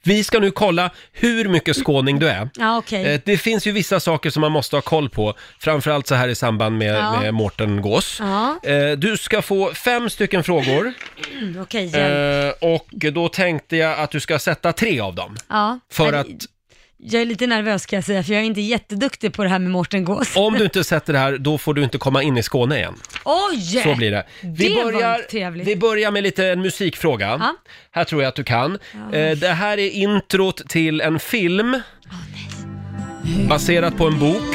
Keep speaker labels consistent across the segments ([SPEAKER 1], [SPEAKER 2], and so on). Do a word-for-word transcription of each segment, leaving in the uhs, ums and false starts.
[SPEAKER 1] Vi ska nu kolla hur mycket skåning du är.
[SPEAKER 2] Ja, okej.
[SPEAKER 1] Det finns ju vissa saker som man måste ha koll på, framförallt så här i samband med,
[SPEAKER 2] Ja.
[SPEAKER 1] med Mårten Gås.
[SPEAKER 2] Ja.
[SPEAKER 1] Du ska få fem stycken frågor.
[SPEAKER 2] Mm, okej, hjälp.
[SPEAKER 1] Och då tänkte jag att du ska sätta tre av dem.
[SPEAKER 2] Ja.
[SPEAKER 1] För
[SPEAKER 2] Nej,
[SPEAKER 1] att...
[SPEAKER 2] Jag är lite nervös kan jag säga, för jag är inte jätteduktig på det här med Mårten Gås.
[SPEAKER 1] Om du inte sätter det här, då får du inte komma in i Skåne igen.
[SPEAKER 2] Oj!
[SPEAKER 1] Så blir det. Vi,
[SPEAKER 2] Det var
[SPEAKER 1] börjar,
[SPEAKER 2] trevligt.
[SPEAKER 1] vi börjar med lite en musikfråga.
[SPEAKER 2] Ja.
[SPEAKER 1] Här tror jag att du kan.
[SPEAKER 2] Ja.
[SPEAKER 1] Eh, det här är introt till en film. Baserat på en bok.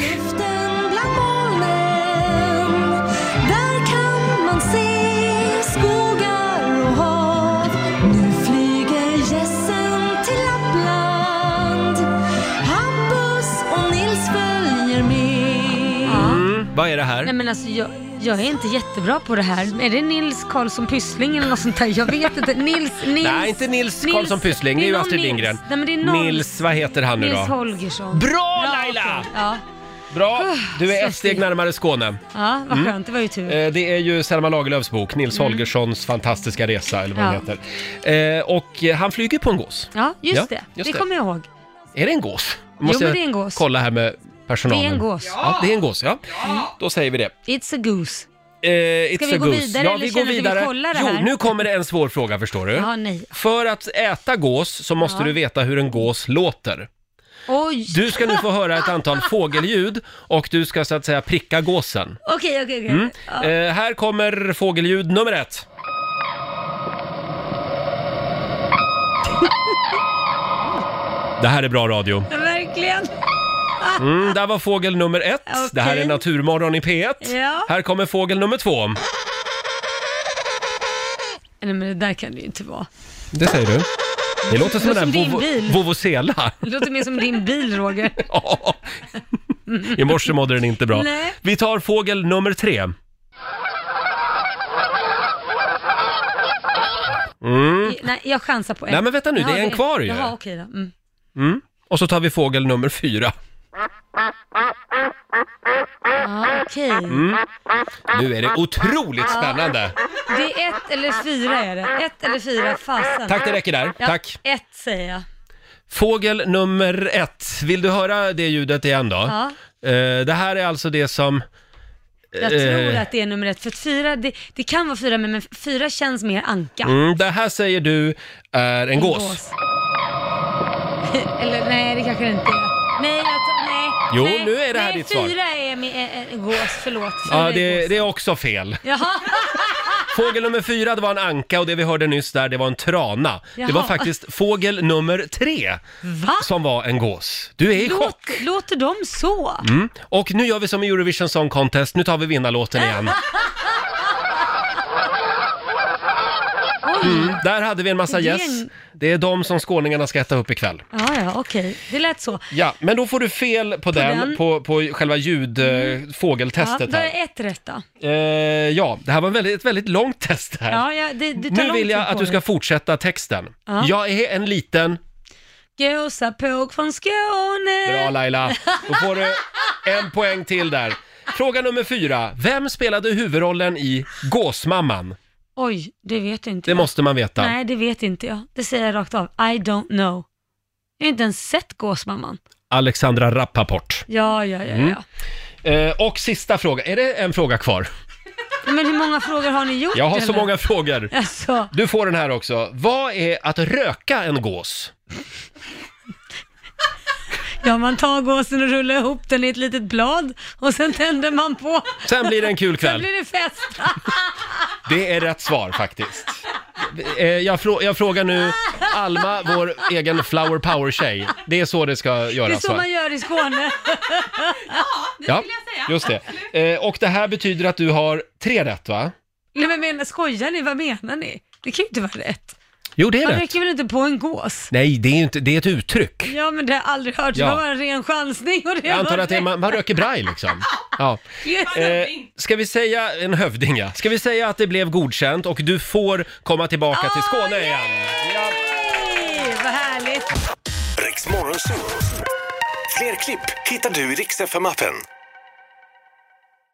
[SPEAKER 1] Vad är det här?
[SPEAKER 2] Nej men alltså jag, jag är inte jättebra på det här. Är det Nils Karlsson Pyssling eller något sånt där? Jag vet inte. Nils, Nils
[SPEAKER 1] Nej, inte Nils Karlsson Pyssling. Det är ju
[SPEAKER 2] någon
[SPEAKER 1] Astrid
[SPEAKER 2] Nils.
[SPEAKER 1] Lindgren.
[SPEAKER 2] Nej, men det är någon...
[SPEAKER 1] Nils, vad heter han nu då?
[SPEAKER 2] Nils Holgersson.
[SPEAKER 1] Bra Laila!
[SPEAKER 2] Ja, okay. Ja.
[SPEAKER 1] Bra, du är ett
[SPEAKER 2] stressig.
[SPEAKER 1] steg närmare Skåne.
[SPEAKER 2] Ja, vad skönt. Det var ju tur.
[SPEAKER 1] Eh, Det är ju Selma Lagerlöfs bok, Nils
[SPEAKER 2] Mm.
[SPEAKER 1] Holgerssons fantastiska resa, eller vad
[SPEAKER 2] Ja.
[SPEAKER 1] den heter. Eh, Och eh, han flyger på en gås.
[SPEAKER 2] Ja, just
[SPEAKER 1] Ja,
[SPEAKER 2] det.
[SPEAKER 1] just
[SPEAKER 2] det
[SPEAKER 1] det.
[SPEAKER 2] kommer jag ihåg.
[SPEAKER 1] Är det en gås?
[SPEAKER 2] Jo, men det är en gås.
[SPEAKER 1] Kolla här med personalen.
[SPEAKER 2] Det är en gås.
[SPEAKER 1] Ja, det är en gås, ja. Då säger vi det.
[SPEAKER 2] It's a goose.
[SPEAKER 1] Eh, it's
[SPEAKER 2] Ska vi
[SPEAKER 1] a
[SPEAKER 2] gå
[SPEAKER 1] goose.
[SPEAKER 2] vidare
[SPEAKER 1] Ja,
[SPEAKER 2] eller
[SPEAKER 1] vi
[SPEAKER 2] känner
[SPEAKER 1] går
[SPEAKER 2] du att vi
[SPEAKER 1] vidare.
[SPEAKER 2] kollar det
[SPEAKER 1] Jo,
[SPEAKER 2] här?
[SPEAKER 1] nu kommer det en svår fråga, förstår du.
[SPEAKER 2] Ja, nej.
[SPEAKER 1] För att äta gås så måste
[SPEAKER 2] Ja.
[SPEAKER 1] du veta hur en gås låter.
[SPEAKER 2] Oj!
[SPEAKER 1] Du ska nu få höra ett antal fågelljud och du ska så att säga pricka gåsen.
[SPEAKER 2] Okej, okej, okej.
[SPEAKER 1] Mm.
[SPEAKER 2] Ja.
[SPEAKER 1] Eh, här kommer fågelljud nummer ett. Det här är bra radio.
[SPEAKER 2] Ja, verkligen.
[SPEAKER 1] Mm, där var fågel nummer ett.
[SPEAKER 2] Okej.
[SPEAKER 1] Det här är Naturmorgon i P ett.
[SPEAKER 2] Ja.
[SPEAKER 1] Här kommer fågel nummer två.
[SPEAKER 2] Nej, men det där kan det ju inte vara.
[SPEAKER 1] Det säger du. Det låter som
[SPEAKER 2] låter
[SPEAKER 1] en
[SPEAKER 2] som din
[SPEAKER 1] där
[SPEAKER 2] bil.
[SPEAKER 1] vuvuzela.
[SPEAKER 2] Det låter mer som din bil, Roger.
[SPEAKER 1] Ja. I morse mådde den inte bra.
[SPEAKER 2] Nej.
[SPEAKER 1] Vi tar fågel nummer tre. Mm.
[SPEAKER 2] Nej, jag chansar på en.
[SPEAKER 1] Nej, men vänta nu, det är
[SPEAKER 2] Jaha,
[SPEAKER 1] en kvar ju.
[SPEAKER 2] Jaha, okej då. Mm.
[SPEAKER 1] Mm. Och så tar vi fågel nummer fyra.
[SPEAKER 2] Ja, okej.
[SPEAKER 1] Mm. Nu är det otroligt spännande.
[SPEAKER 2] Det är ett eller fyra är det. Ett eller fyra, fasen.
[SPEAKER 1] Tack, det räcker där.
[SPEAKER 2] Ja,
[SPEAKER 1] Tack.
[SPEAKER 2] ett säger jag.
[SPEAKER 1] Fågel nummer ett. Vill du höra det ljudet igen då?
[SPEAKER 2] Ja.
[SPEAKER 1] Eh, det här är alltså det som...
[SPEAKER 2] Jag
[SPEAKER 1] eh,
[SPEAKER 2] tror att det är nummer ett. För att fyra, det, det kan vara fyra, men, men fyra känns mer anka.
[SPEAKER 1] Mm, det här säger du är en,
[SPEAKER 2] En
[SPEAKER 1] gås.
[SPEAKER 2] Eller nej, det kanske det inte är. Nej, jag tar, nej.
[SPEAKER 1] Jo,
[SPEAKER 2] nej,
[SPEAKER 1] nu är det här
[SPEAKER 2] nej,
[SPEAKER 1] ditt svar.
[SPEAKER 2] fyra är med, en, en gås, förlåt. Fyra
[SPEAKER 1] Ja,
[SPEAKER 2] är
[SPEAKER 1] det,
[SPEAKER 2] gås.
[SPEAKER 1] det är också fel.
[SPEAKER 2] Jaha.
[SPEAKER 1] Fågel nummer fyra, det var en anka och det vi hörde nyss där, det var en trana. Det var
[SPEAKER 2] Jaha.
[SPEAKER 1] faktiskt fågel nummer tre
[SPEAKER 2] Va?
[SPEAKER 1] som var en gås. Du är i chock.
[SPEAKER 2] Låt, låter de så?
[SPEAKER 1] Mm. Och nu gör vi som i Eurovision Song Contest, nu tar vi vinnarlåten igen. Mm. Där hade vi en massa
[SPEAKER 2] Det är
[SPEAKER 1] gäss.
[SPEAKER 2] en-
[SPEAKER 1] Det är de som skåningarna ska äta upp ikväll.
[SPEAKER 2] Ja, ja, okej. Det lät så.
[SPEAKER 1] Ja, men då får du fel på, den,
[SPEAKER 2] den.
[SPEAKER 1] På, på själva ljud, mm.
[SPEAKER 2] Ja,
[SPEAKER 1] fågeltestet
[SPEAKER 2] då är
[SPEAKER 1] här.
[SPEAKER 2] det ett rätt då.
[SPEAKER 1] Eh, ja, det här var en väldigt, ett väldigt långt test här.
[SPEAKER 2] Ja, ja, det, det tar
[SPEAKER 1] Nu
[SPEAKER 2] lång
[SPEAKER 1] vill jag
[SPEAKER 2] tid
[SPEAKER 1] att
[SPEAKER 2] på
[SPEAKER 1] du ska
[SPEAKER 2] det.
[SPEAKER 1] fortsätta texten.
[SPEAKER 2] Ja.
[SPEAKER 1] Jag är en liten...
[SPEAKER 2] Gåsapåg från Skåne.
[SPEAKER 1] Bra Laila. Då får du en poäng till där. Fråga nummer fyra. Vem spelade huvudrollen i Gåsmamman?
[SPEAKER 2] Oj, det vet jag inte.
[SPEAKER 1] Det måste man veta.
[SPEAKER 2] Nej, det vet inte jag. Det säger jag rakt av. I don't know. Jag har inte ens sett Gåsmamman.
[SPEAKER 1] Alexandra Rappaport.
[SPEAKER 2] Ja, ja, ja,
[SPEAKER 1] Mm.
[SPEAKER 2] ja.
[SPEAKER 1] Eh, och sista fråga. Är det en fråga kvar?
[SPEAKER 2] Men hur många frågor har ni gjort?
[SPEAKER 1] Jag har så
[SPEAKER 2] eller?
[SPEAKER 1] många frågor.
[SPEAKER 2] Alltså,
[SPEAKER 1] Du får den här också. Vad är att röka en gås?
[SPEAKER 2] ja, man tar gåsen och rullar ihop den i ett litet blad och sen tänder man på.
[SPEAKER 1] Sen blir det en kul
[SPEAKER 2] Sen
[SPEAKER 1] kväll.
[SPEAKER 2] blir det fest.
[SPEAKER 1] Det är rätt svar faktiskt. Eh, Jag, frå- jag frågar nu Alma, vår egen flower power-tjej. Det är så det ska
[SPEAKER 2] Det är
[SPEAKER 1] göras,
[SPEAKER 2] så
[SPEAKER 1] va?
[SPEAKER 2] man gör i Skåne.
[SPEAKER 1] Ja, just det. Eh, och det här betyder att du har tre rätt, va?
[SPEAKER 2] Nej, men menar, skojar ni? Vad menar ni? Det kan ju inte vara rätt.
[SPEAKER 1] Jo, det är
[SPEAKER 2] Man
[SPEAKER 1] rätt.
[SPEAKER 2] räcker väl inte på en gås?
[SPEAKER 1] Nej, det är ju inte, det är ett uttryck.
[SPEAKER 2] Ja, men det har jag aldrig hört. Det
[SPEAKER 1] Ja.
[SPEAKER 2] var bara en ren chansning och det
[SPEAKER 1] Jag antar
[SPEAKER 2] var
[SPEAKER 1] att det är,
[SPEAKER 2] rätt.
[SPEAKER 1] man, man röker braj liksom. Ja.
[SPEAKER 2] Yes.
[SPEAKER 1] Eh, ska vi säga, en hövding ja. Ska vi säga att det blev godkänt och du får komma tillbaka till Skåne
[SPEAKER 2] Åh,
[SPEAKER 1] igen? Ja.
[SPEAKER 2] Yay! Vad härligt.
[SPEAKER 3] Riks Morgonzoo. Fler klipp hittar du i Riks F M-appen.